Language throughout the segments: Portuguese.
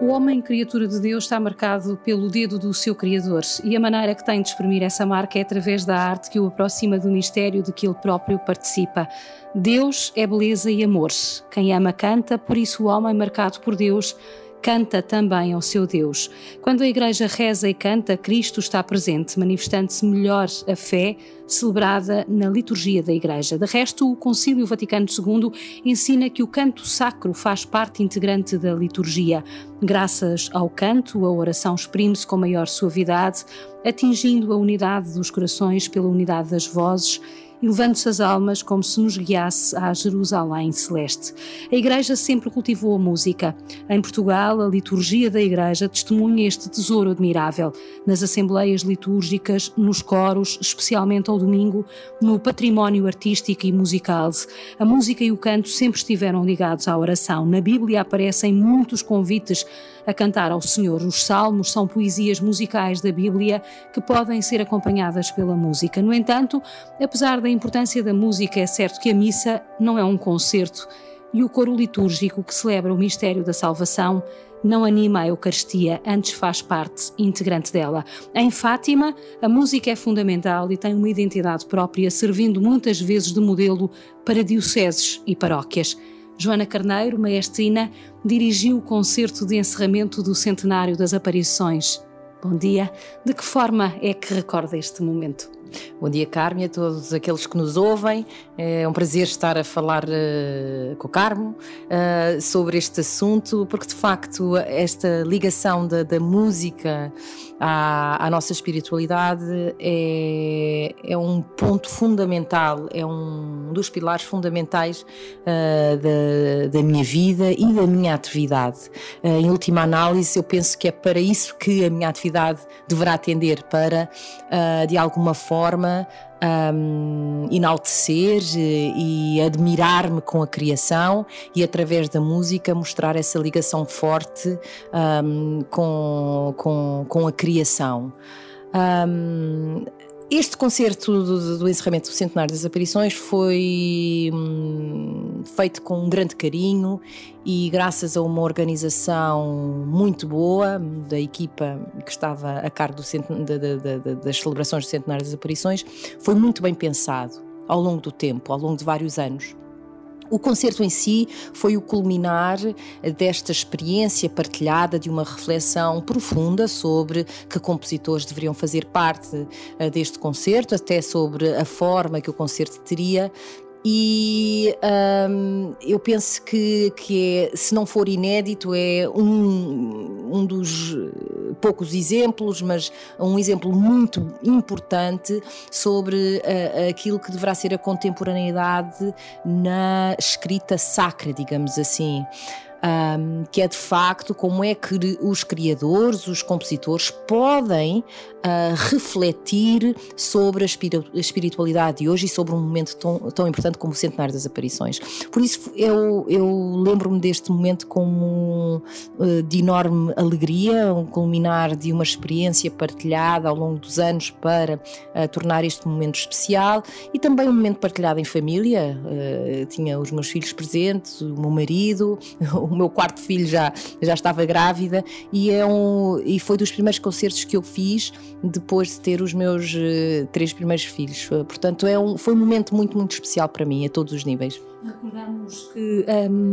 O homem, criatura de Deus, está marcado pelo dedo do seu Criador e a maneira que tem de exprimir essa marca é através da arte que o aproxima do mistério de que ele próprio participa. Deus é beleza e amor. Quem ama canta, por isso o homem marcado por Deus canta também ao seu Deus. Quando a Igreja reza e canta, Cristo está presente, manifestando-se melhor a fé celebrada na liturgia da Igreja. De resto, o Concílio Vaticano II ensina que o canto sacro faz parte integrante da liturgia. Graças ao canto, a oração exprime-se com maior suavidade, atingindo a unidade dos corações pela unidade das vozes, elevando-se as almas como se nos guiasse à Jerusalém celeste. A Igreja sempre cultivou a música. Em Portugal, a liturgia da Igreja testemunha este tesouro admirável. Nas assembleias litúrgicas, nos coros, especialmente ao domingo, no património artístico e musical. A música e o canto sempre estiveram ligados à oração. Na Bíblia aparecem muitos convites a cantar ao Senhor. Os salmos são poesias musicais da Bíblia que podem ser acompanhadas pela música. No entanto, apesar da importância da música, é certo que a missa não é um concerto e o coro litúrgico que celebra o mistério da salvação não anima a Eucaristia, antes faz parte integrante dela. Em Fátima, a música é fundamental e tem uma identidade própria, servindo muitas vezes de modelo para dioceses e paróquias. Joana Carneiro, maestrina, dirigiu o concerto de encerramento do Centenário das Aparições. Bom dia. De que forma é que recorda este momento? Bom dia, Carme, a todos aqueles que nos ouvem. É um prazer estar a falar com o Carmo sobre este assunto, porque de facto esta ligação da música à nossa espiritualidade é um ponto fundamental, é um dos pilares fundamentais da minha vida e da minha atividade. Em última análise, eu penso que é para isso que a minha atividade deverá tender, para de alguma forma enaltecer e admirar-me com a criação e através da música mostrar essa ligação forte com a criação. Este concerto do encerramento do Centenário das Aparições foi feito com um grande carinho e graças a uma organização muito boa da equipa que estava a cargo das celebrações do Centenário das Aparições. Foi muito bem pensado ao longo do tempo, ao longo de vários anos. O concerto em si foi o culminar desta experiência partilhada, de uma reflexão profunda sobre que compositores deveriam fazer parte deste concerto, até sobre a forma que o concerto teria. E eu penso que se não for inédito, é um dos poucos exemplos, mas um exemplo muito importante sobre aquilo que deverá ser a contemporaneidade na escrita sacra, digamos assim. Que é de facto como é que os criadores, os compositores podem refletir sobre a espiritualidade de hoje e sobre um momento tão importante como o Centenário das Aparições. Por isso eu lembro-me deste momento como de enorme alegria, um culminar de uma experiência partilhada ao longo dos anos para tornar este momento especial, e também um momento partilhado em família. Tinha os meus filhos presentes, o meu marido, o meu quarto filho já estava grávida, e foi dos primeiros concertos que eu fiz depois de ter os meus 3 primeiros filhos. Portanto, foi um momento muito, muito especial para mim, a todos os níveis. Recordamos que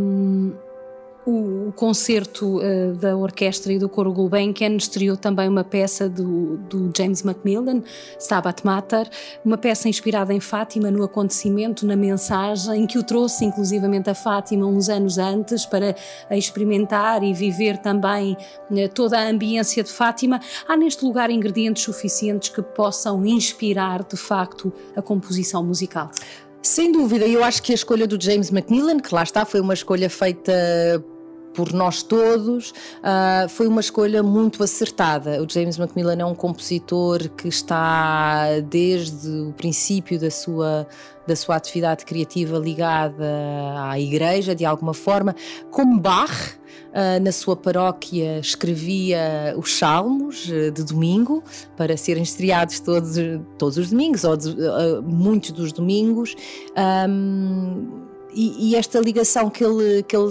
o concerto da orquestra e do coro Gulbenkian estreou também uma peça do James Macmillan, Stabat Mater, uma peça inspirada em Fátima, no acontecimento, na mensagem, que o trouxe inclusivamente a Fátima uns anos antes para experimentar e viver também toda a ambiência de Fátima. Há neste lugar ingredientes suficientes que possam inspirar de facto a composição musical? Sem dúvida, eu acho que a escolha do James Macmillan, que lá está, foi uma escolha feita por nós todos, foi uma escolha muito acertada. O James Macmillan é um compositor que está desde o princípio da sua atividade criativa ligada à Igreja, de alguma forma. Como Bach, na sua paróquia, escrevia os salmos de domingo para serem estreados todos os domingos, ou muitos dos domingos. E esta ligação que ele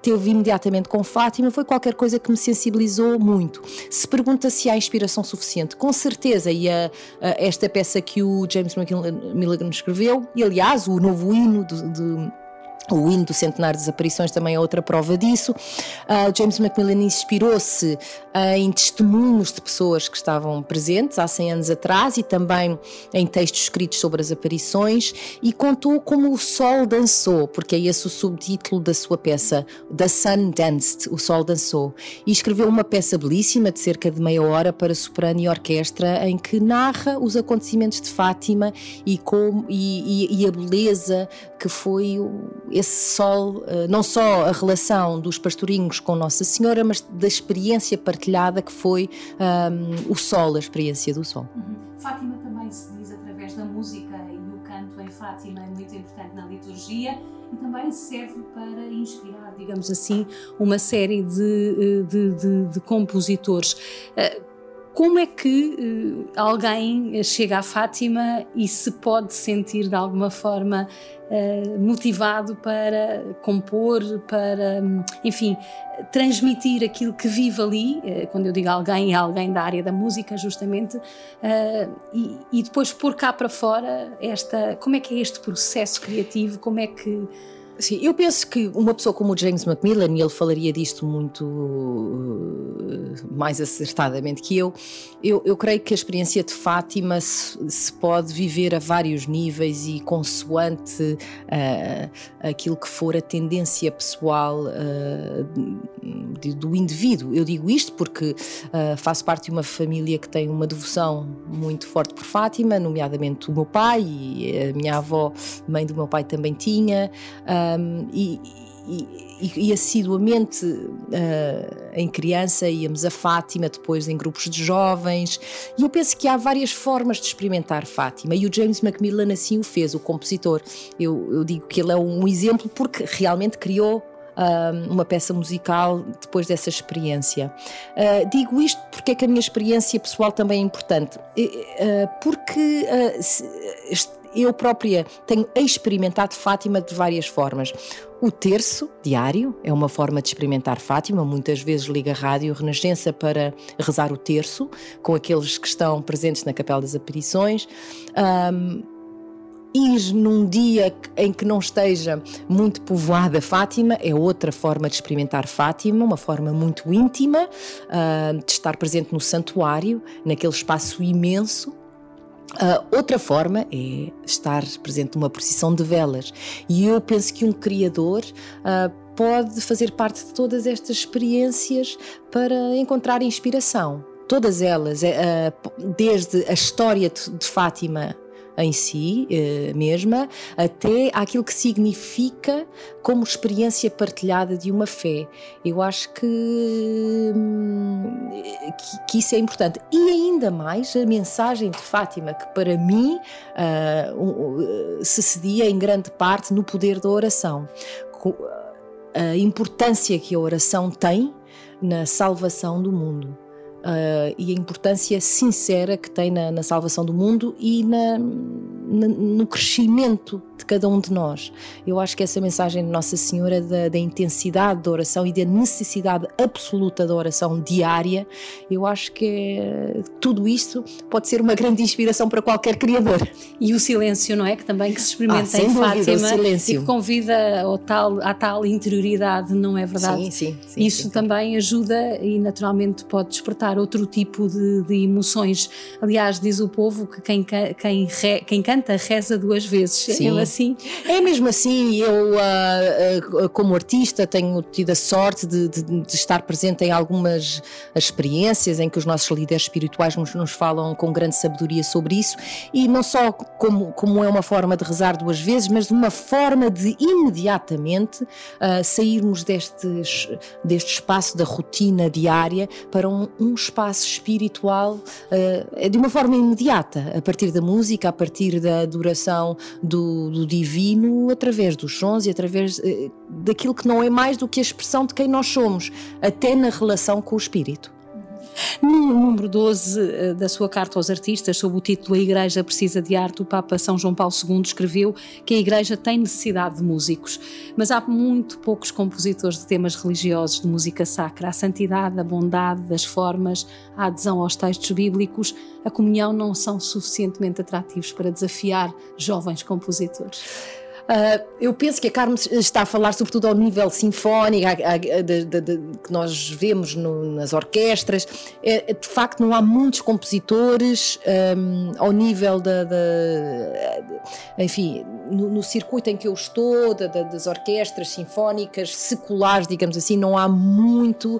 teve imediatamente com Fátima foi qualquer coisa que me sensibilizou muito. Se pergunta se há inspiração suficiente, com certeza, e esta peça que o James Milligan escreveu, e aliás o novo hino o hino do Centenário das Aparições também é outra prova disso. James Macmillan inspirou-se em testemunhos de pessoas que estavam presentes há 100 anos atrás e também em textos escritos sobre as aparições, e contou como o sol dançou, porque é esse o subtítulo da sua peça, The Sun Danced, o sol dançou, e escreveu uma peça belíssima de cerca de meia hora para soprano e orquestra, em que narra os acontecimentos de Fátima e a beleza que foi esse sol, não só a relação dos pastorinhos com Nossa Senhora, mas da experiência partilhada que foi o sol, a experiência do sol. Fátima também se diz através da música, e o canto em Fátima é muito importante na liturgia e também serve para inspirar, digamos assim, uma série de compositores. Como é que alguém chega a Fátima e se pode sentir de alguma forma motivado para compor, para, enfim, transmitir aquilo que vive ali? Quando eu digo alguém, é alguém da área da música, justamente, e depois pôr cá para fora como é que é este processo criativo, como é que... Sim, eu penso que uma pessoa como o James Macmillan, e ele falaria disto muito mais acertadamente que eu creio que a experiência de Fátima se pode viver a vários níveis e consoante aquilo que for a tendência pessoal do indivíduo. Eu digo isto porque faço parte de uma família que tem uma devoção muito forte por Fátima, nomeadamente o meu pai, e a minha avó, mãe do meu pai, também tinha. E assiduamente em criança íamos a Fátima, depois em grupos de jovens, e eu penso que há várias formas de experimentar Fátima, e o James Macmillan assim o fez, o compositor. Eu digo que ele é um exemplo porque realmente criou uma peça musical depois dessa experiência. Digo isto porque é que a minha experiência pessoal também é importante, porque eu própria tenho experimentado Fátima de várias formas. O terço diário é uma forma de experimentar Fátima. Muitas vezes ligo a rádio Renascença para rezar o terço com aqueles que estão presentes na Capela das Aparições. Ir num dia em que não esteja muito povoada Fátima é outra forma de experimentar Fátima, uma forma muito íntima, de estar presente no santuário, naquele espaço imenso. Outra forma é estar presente numa procissão de velas, e eu penso que um criador pode fazer parte de todas estas experiências para encontrar inspiração. Todas elas, desde a história de Fátima em si mesma, até aquilo que significa como experiência partilhada de uma fé. Eu acho que isso é importante. E ainda mais a mensagem de Fátima, que para mim se cedia em grande parte no poder da oração. A importância que a oração tem na salvação do mundo. E a importância sincera que tem na salvação do mundo e no crescimento de cada um de nós. Eu acho que essa mensagem de Nossa Senhora da intensidade da oração e da necessidade absoluta da oração diária, eu acho que tudo isto pode ser uma grande inspiração para qualquer criador. E o silêncio, não é? Que também que se experimenta em Fátima e que convida à tal interioridade, não é verdade? Sim. Isso também ajuda e naturalmente pode despertar outro tipo de emoções. Aliás, diz o povo que quem canta reza duas vezes. Sim. Assim? É mesmo assim. Eu, como artista, tenho tido a sorte de estar presente em algumas experiências em que os nossos líderes espirituais nos falam com grande sabedoria sobre isso, e não só como é uma forma de rezar duas vezes, mas uma forma de imediatamente sairmos deste espaço da rotina diária para um espaço espiritual de uma forma imediata, a partir da música, a partir da adoração do divino, através dos sons e através daquilo que não é mais do que a expressão de quem nós somos, até na relação com o Espírito. No número 12 da sua carta aos artistas, sob o título A Igreja Precisa de Arte, o Papa São João Paulo II escreveu que a Igreja tem necessidade de músicos, mas há muito poucos compositores de temas religiosos, de música sacra. A santidade, a bondade das formas, a adesão aos textos bíblicos, a comunhão não são suficientemente atrativos para desafiar jovens compositores. Eu penso que a Carmen está a falar sobretudo ao nível sinfónico, que nós vemos nas orquestras. De facto, não há muitos compositores ao nível enfim, no circuito em que eu estou, das orquestras sinfónicas seculares, digamos assim, não há muito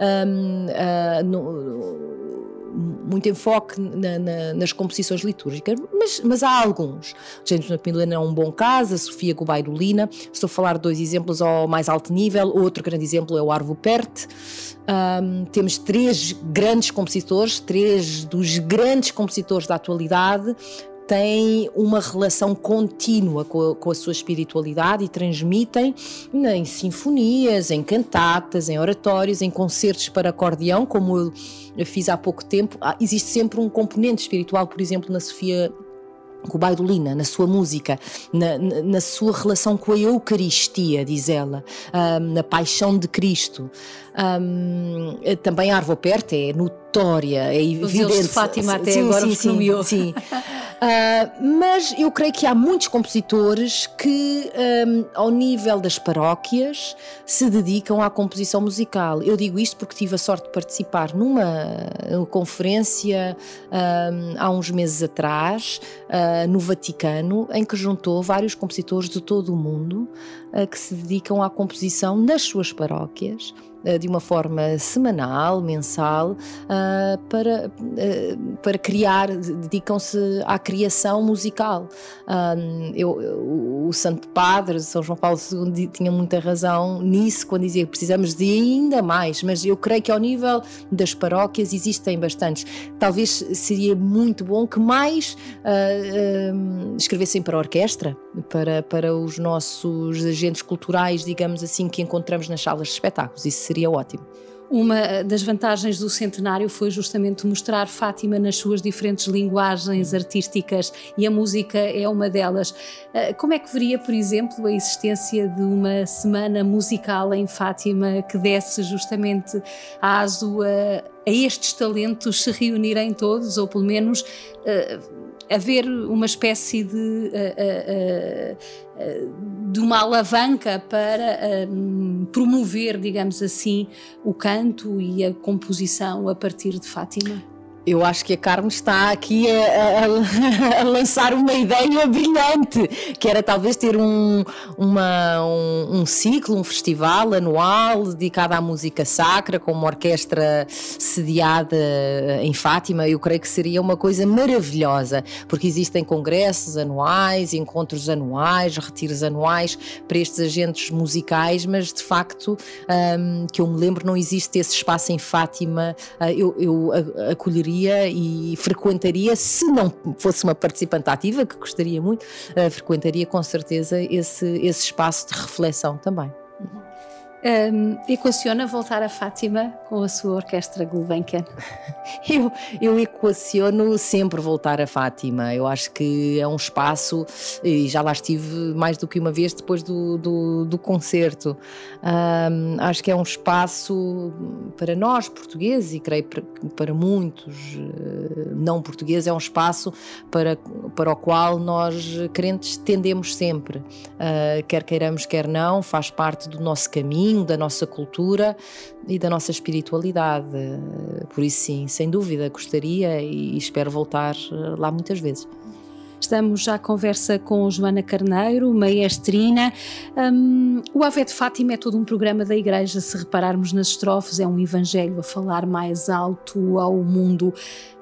enfoque nas composições litúrgicas, mas há alguns. James Macmillan é um bom caso, a Sofia Gubaidulina. Estou a falar de 2 exemplos ao mais alto nível. Outro grande exemplo é o Arvo Pärt. Temos 3 grandes compositores, 3 dos grandes compositores da atualidade têm uma relação contínua com a sua espiritualidade e transmitem em sinfonias, em cantatas, em oratórios, em concertos para acordeão, como eu fiz há pouco tempo. Existe sempre um componente espiritual, por exemplo, na Sofia Gubaidulina, na sua música, na sua relação com a Eucaristia, diz ela, na paixão de Cristo. Também a Arvo Pärt é notória, é evidente. Os de Fátima até agora os nomeou. Sim. Mas eu creio que há muitos compositores que, ao nível das paróquias, se dedicam à composição musical. Eu digo isto porque tive a sorte de participar numa conferência há uns meses atrás, no Vaticano, em que juntou vários compositores de todo o mundo que se dedicam à composição nas suas paróquias, de uma forma semanal, mensal, para criar, dedicam-se à criação musical. O Santo Padre, São João Paulo II, tinha muita razão nisso, quando dizia que precisamos de ainda mais, mas eu creio que ao nível das paróquias existem bastantes. Talvez seria muito bom que mais escrevessem para a orquestra, para os nossos agentes culturais, digamos assim, que encontramos nas salas de espetáculos. Isso seria ótimo. Uma das vantagens do centenário foi justamente mostrar Fátima nas suas diferentes linguagens artísticas, e a música é uma delas. Como é que veria, por exemplo, a existência de uma semana musical em Fátima que desse justamente aso a estes talentos se reunirem todos, ou pelo menos haver uma espécie de uma alavanca para promover, digamos assim, o canto e a composição a partir de Fátima? Eu acho que a Carmen está aqui a lançar uma ideia brilhante, que era talvez ter um ciclo, um festival anual dedicado à música sacra, com uma orquestra sediada em Fátima. Eu creio que seria uma coisa maravilhosa, porque existem congressos anuais, encontros anuais, retiros anuais para estes agentes musicais, mas de facto, que eu me lembro, não existe esse espaço em Fátima. Eu acolheria e frequentaria, se não fosse uma participante ativa, que gostaria muito, frequentaria com certeza esse espaço de reflexão também. Equaciona voltar a Fátima com a sua orquestra Gulbenkian? Eu equaciono sempre voltar a Fátima. Eu acho que é um espaço, e já lá estive mais do que uma vez depois do concerto. Acho que é um espaço para nós portugueses, e creio para muitos não portugueses, é um espaço para o qual nós crentes tendemos sempre, quer queiramos, quer não, faz parte do nosso caminho, da nossa cultura e da nossa espiritualidade. Por isso, sim, sem dúvida, gostaria e espero voltar lá muitas vezes. Estamos já à conversa com Joana Carneiro, maestrina. O Ave de Fátima é todo um programa da Igreja. Se repararmos nas estrofes, é um evangelho a falar mais alto ao mundo.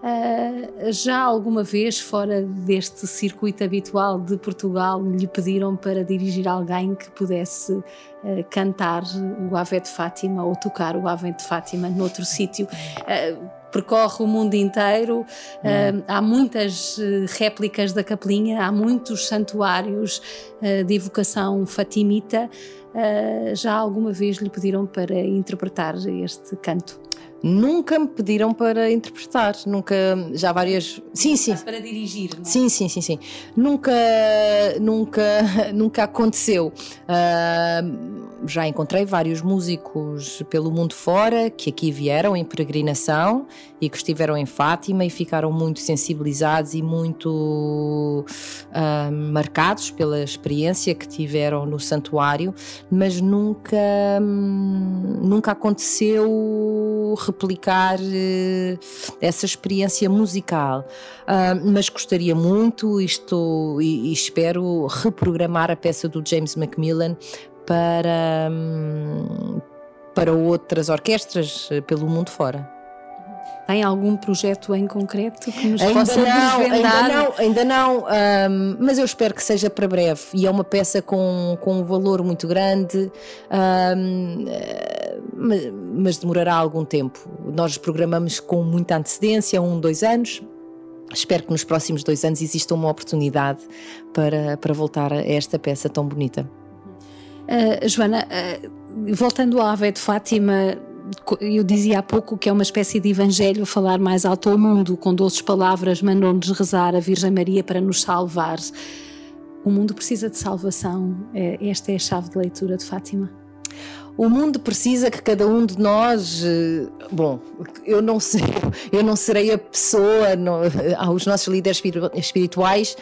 Já alguma vez, fora deste circuito habitual de Portugal, lhe pediram para dirigir alguém que pudesse cantar o Ave de Fátima ou tocar o Ave de Fátima noutro sítio? Percorre o mundo inteiro, há muitas réplicas da capelinha, há muitos santuários de evocação fatimita. Já alguma vez lhe pediram para interpretar este canto? Nunca me pediram para interpretar, nunca, já várias... Sim. Para dirigir, não é? Sim. Nunca aconteceu. Já encontrei vários músicos pelo mundo fora que aqui vieram em peregrinação e que estiveram em Fátima e ficaram muito sensibilizados e muito marcados pela experiência que tiveram no santuário, mas nunca aconteceu replicar essa experiência musical, mas gostaria muito e espero reprogramar a peça do James Macmillan para outras orquestras pelo mundo fora. Tem algum projeto em concreto que nos possa desvendar? Ainda não, mas eu espero que seja para breve, e é uma peça com um valor muito grande, mas demorará algum tempo. Nós programamos com muita antecedência, 2 anos. Espero que nos próximos 2 anos exista uma oportunidade para voltar a esta peça tão bonita. Joana, voltando à Ave de Fátima, eu dizia há pouco que é uma espécie de evangelho, falar mais alto ao mundo, com doces palavras mandou-nos rezar a Virgem Maria para nos salvar. O mundo precisa de salvação, esta é a chave de leitura de Fátima. O mundo precisa que cada um de nós, eu não serei a pessoa, os nossos líderes espirituais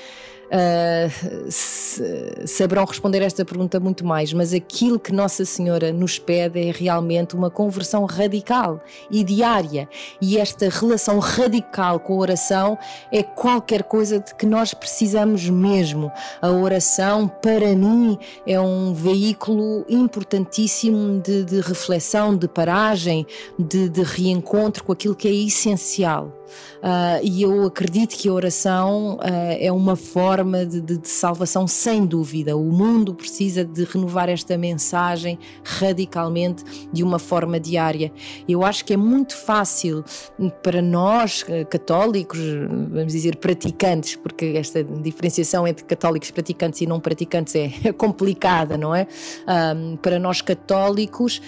saberão responder esta pergunta muito mais, mas aquilo que Nossa Senhora nos pede é realmente uma conversão radical e diária, e esta relação radical com a oração é qualquer coisa de que nós precisamos mesmo. A oração, para mim, é um veículo importantíssimo de reflexão, de paragem, de reencontro com aquilo que é essencial. E eu acredito que a oração é uma forma de salvação, sem dúvida. O mundo precisa de renovar esta mensagem radicalmente, de uma forma diária. Eu acho que é muito fácil para nós católicos, vamos dizer praticantes, porque esta diferenciação entre católicos praticantes e não praticantes é complicada, não é? Para nós católicos,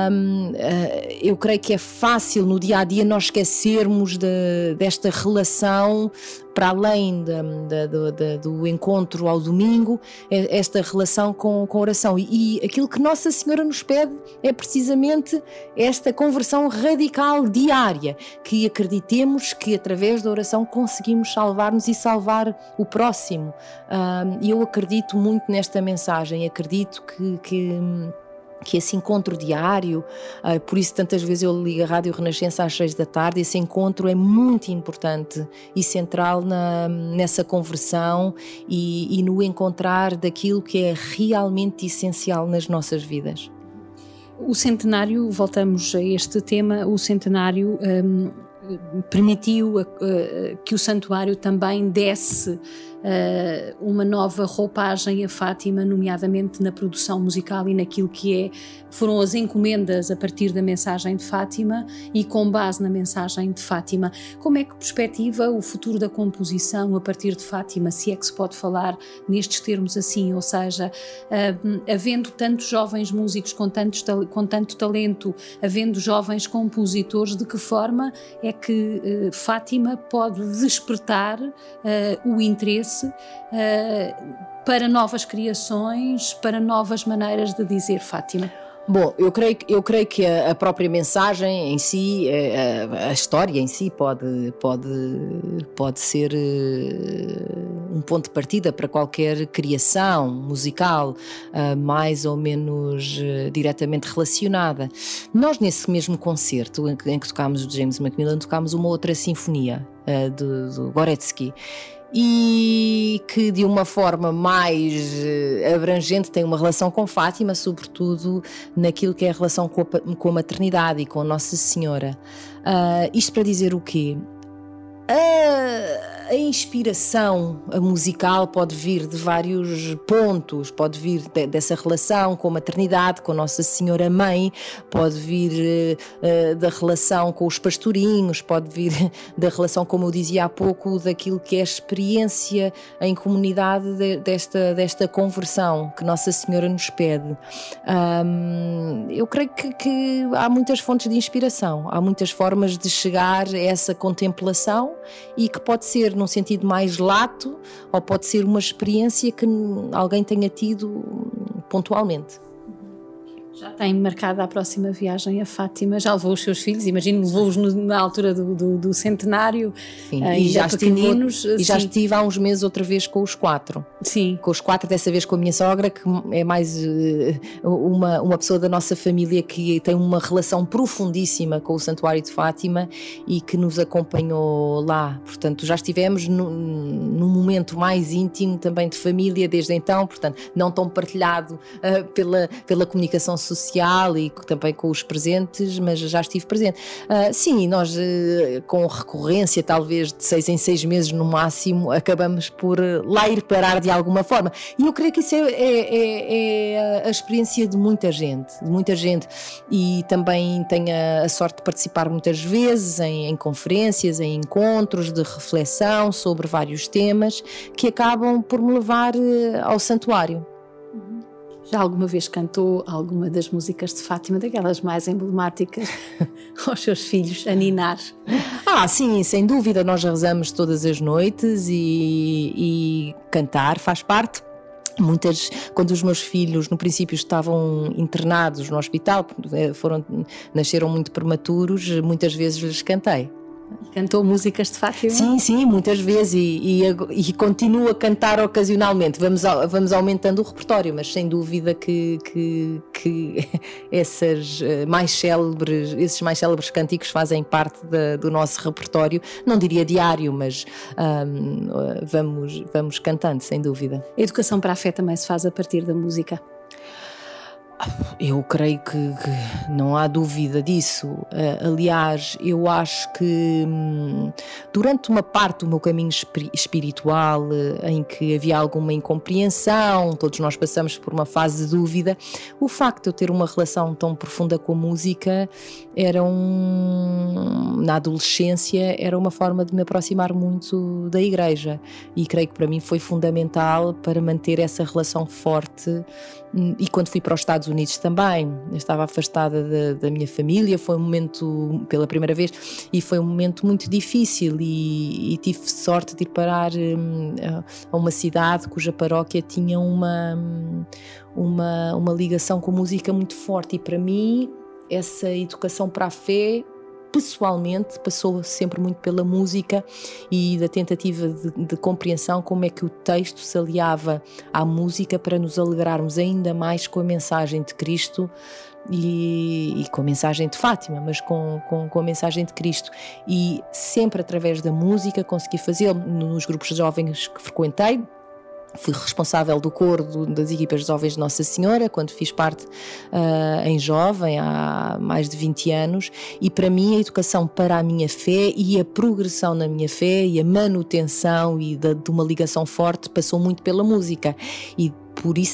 eu creio que é fácil no dia a dia nós esquecermos desta relação, para além do encontro ao domingo, esta relação com a oração. E aquilo que Nossa Senhora nos pede é precisamente esta conversão radical diária, que acreditemos que através da oração conseguimos salvar-nos e salvar o próximo. E eu acredito muito nesta mensagem, acredito que esse encontro diário, por isso tantas vezes eu ligo a Rádio Renascença às 6 da tarde, esse encontro é muito importante e central nessa conversão e no encontrar daquilo que é realmente essencial nas nossas vidas. O centenário, voltamos a este tema, o centenário permitiu que o santuário também desse uma nova roupagem a Fátima, nomeadamente na produção musical e naquilo que foram as encomendas a partir da mensagem de Fátima e com base na mensagem de Fátima. Como é que perspectiva o futuro da composição a partir de Fátima, se é que se pode falar nestes termos assim, ou seja, havendo tantos jovens músicos com tanto talento, havendo jovens compositores, de que forma é que Fátima pode despertar o interesse para novas criações, para novas maneiras de dizer Fátima? Bom, eu creio que a própria mensagem em si, a história em si pode ser um ponto de partida para qualquer criação musical mais ou menos diretamente relacionada. Nós, nesse mesmo concerto em que tocámos o James Macmillan, tocámos uma outra sinfonia do Goretzky, e que de uma forma mais abrangente tem uma relação com Fátima, sobretudo naquilo que é a relação com a maternidade e com Nossa Senhora. Isto para dizer o quê? A inspiração musical pode vir de vários pontos, pode vir dessa relação com a maternidade, com Nossa Senhora Mãe, pode vir da relação com os pastorinhos, pode vir da relação, como eu dizia há pouco, daquilo que é a experiência em comunidade desta conversão que Nossa Senhora nos pede. Eu creio que há muitas fontes de inspiração, há muitas formas de chegar a essa contemplação e que pode ser num sentido mais lato ou pode ser uma experiência que alguém tenha tido pontualmente. Já tem marcada a próxima viagem a Fátima? Já levou os seus filhos? Imagino, levou-os na altura do centenário. Sim, e já estive há uns meses outra vez com os 4. Sim. Com os 4, dessa vez com a minha sogra, que é mais uma pessoa da nossa família que tem uma relação profundíssima com o Santuário de Fátima e que nos acompanhou lá. Portanto, já estivemos num momento mais íntimo também de família desde então, portanto, não tão partilhado pela comunicação social e também com os presentes, mas já estive presente. Sim, nós com recorrência, talvez de 6 em 6 meses no máximo, acabamos por lá ir parar de alguma forma. E eu creio que isso é a experiência de muita gente, e também tenho a sorte de participar muitas vezes em conferências, em encontros de reflexão sobre vários temas que acabam por me levar ao santuário. Já alguma vez cantou alguma das músicas de Fátima, daquelas mais emblemáticas, aos seus filhos, a ninar? Sim, sem dúvida, nós rezamos todas as noites e cantar faz parte. Quando os meus filhos no princípio estavam internados no hospital, nasceram muito prematuros, muitas vezes lhes cantei. Cantou músicas de Fátima? Sim, muitas vezes e continuo a cantar ocasionalmente. Vamos aumentando o repertório, mas sem dúvida que esses mais célebres cânticos fazem parte do nosso repertório, não diria diário, mas vamos cantando, sem dúvida. A educação para a fé também se faz a partir da música? Eu creio que não há dúvida disso. Aliás, eu acho que durante uma parte do meu caminho espiritual, em que havia alguma incompreensão, todos nós passamos por uma fase de dúvida, o facto de eu ter uma relação tão profunda com a música na adolescência era uma forma de me aproximar muito da igreja, e creio que para mim foi fundamental para manter essa relação forte. E quando fui para os Estados Unidos também, eu estava afastada da minha família, foi um momento, pela primeira vez, e foi um momento muito difícil, e tive sorte de ir parar a uma cidade cuja paróquia tinha uma ligação com a música muito forte, e para mim essa educação para a fé pessoalmente passou sempre muito pela música e da tentativa de compreensão como é que o texto se aliava à música para nos alegrarmos ainda mais com a mensagem de Cristo e com a mensagem de Fátima, mas com a mensagem de Cristo, e sempre através da música consegui fazê-lo nos grupos de jovens que frequentei. Fui responsável do coro das equipas de jovens de Nossa Senhora quando fiz parte em jovem, há mais de 20 anos, e para mim a educação para a minha fé e a progressão na minha fé e a manutenção de uma ligação forte passou muito pela música, e por isso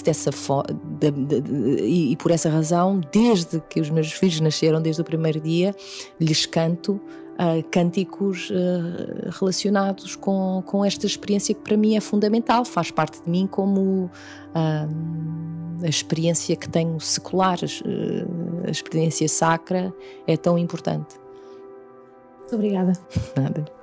e por essa razão, desde que os meus filhos nasceram, desde o primeiro dia, lhes canto cânticos relacionados com esta experiência que para mim é fundamental, faz parte de mim como a experiência que tenho secular, a experiência sacra é tão importante. Muito obrigada. Nada.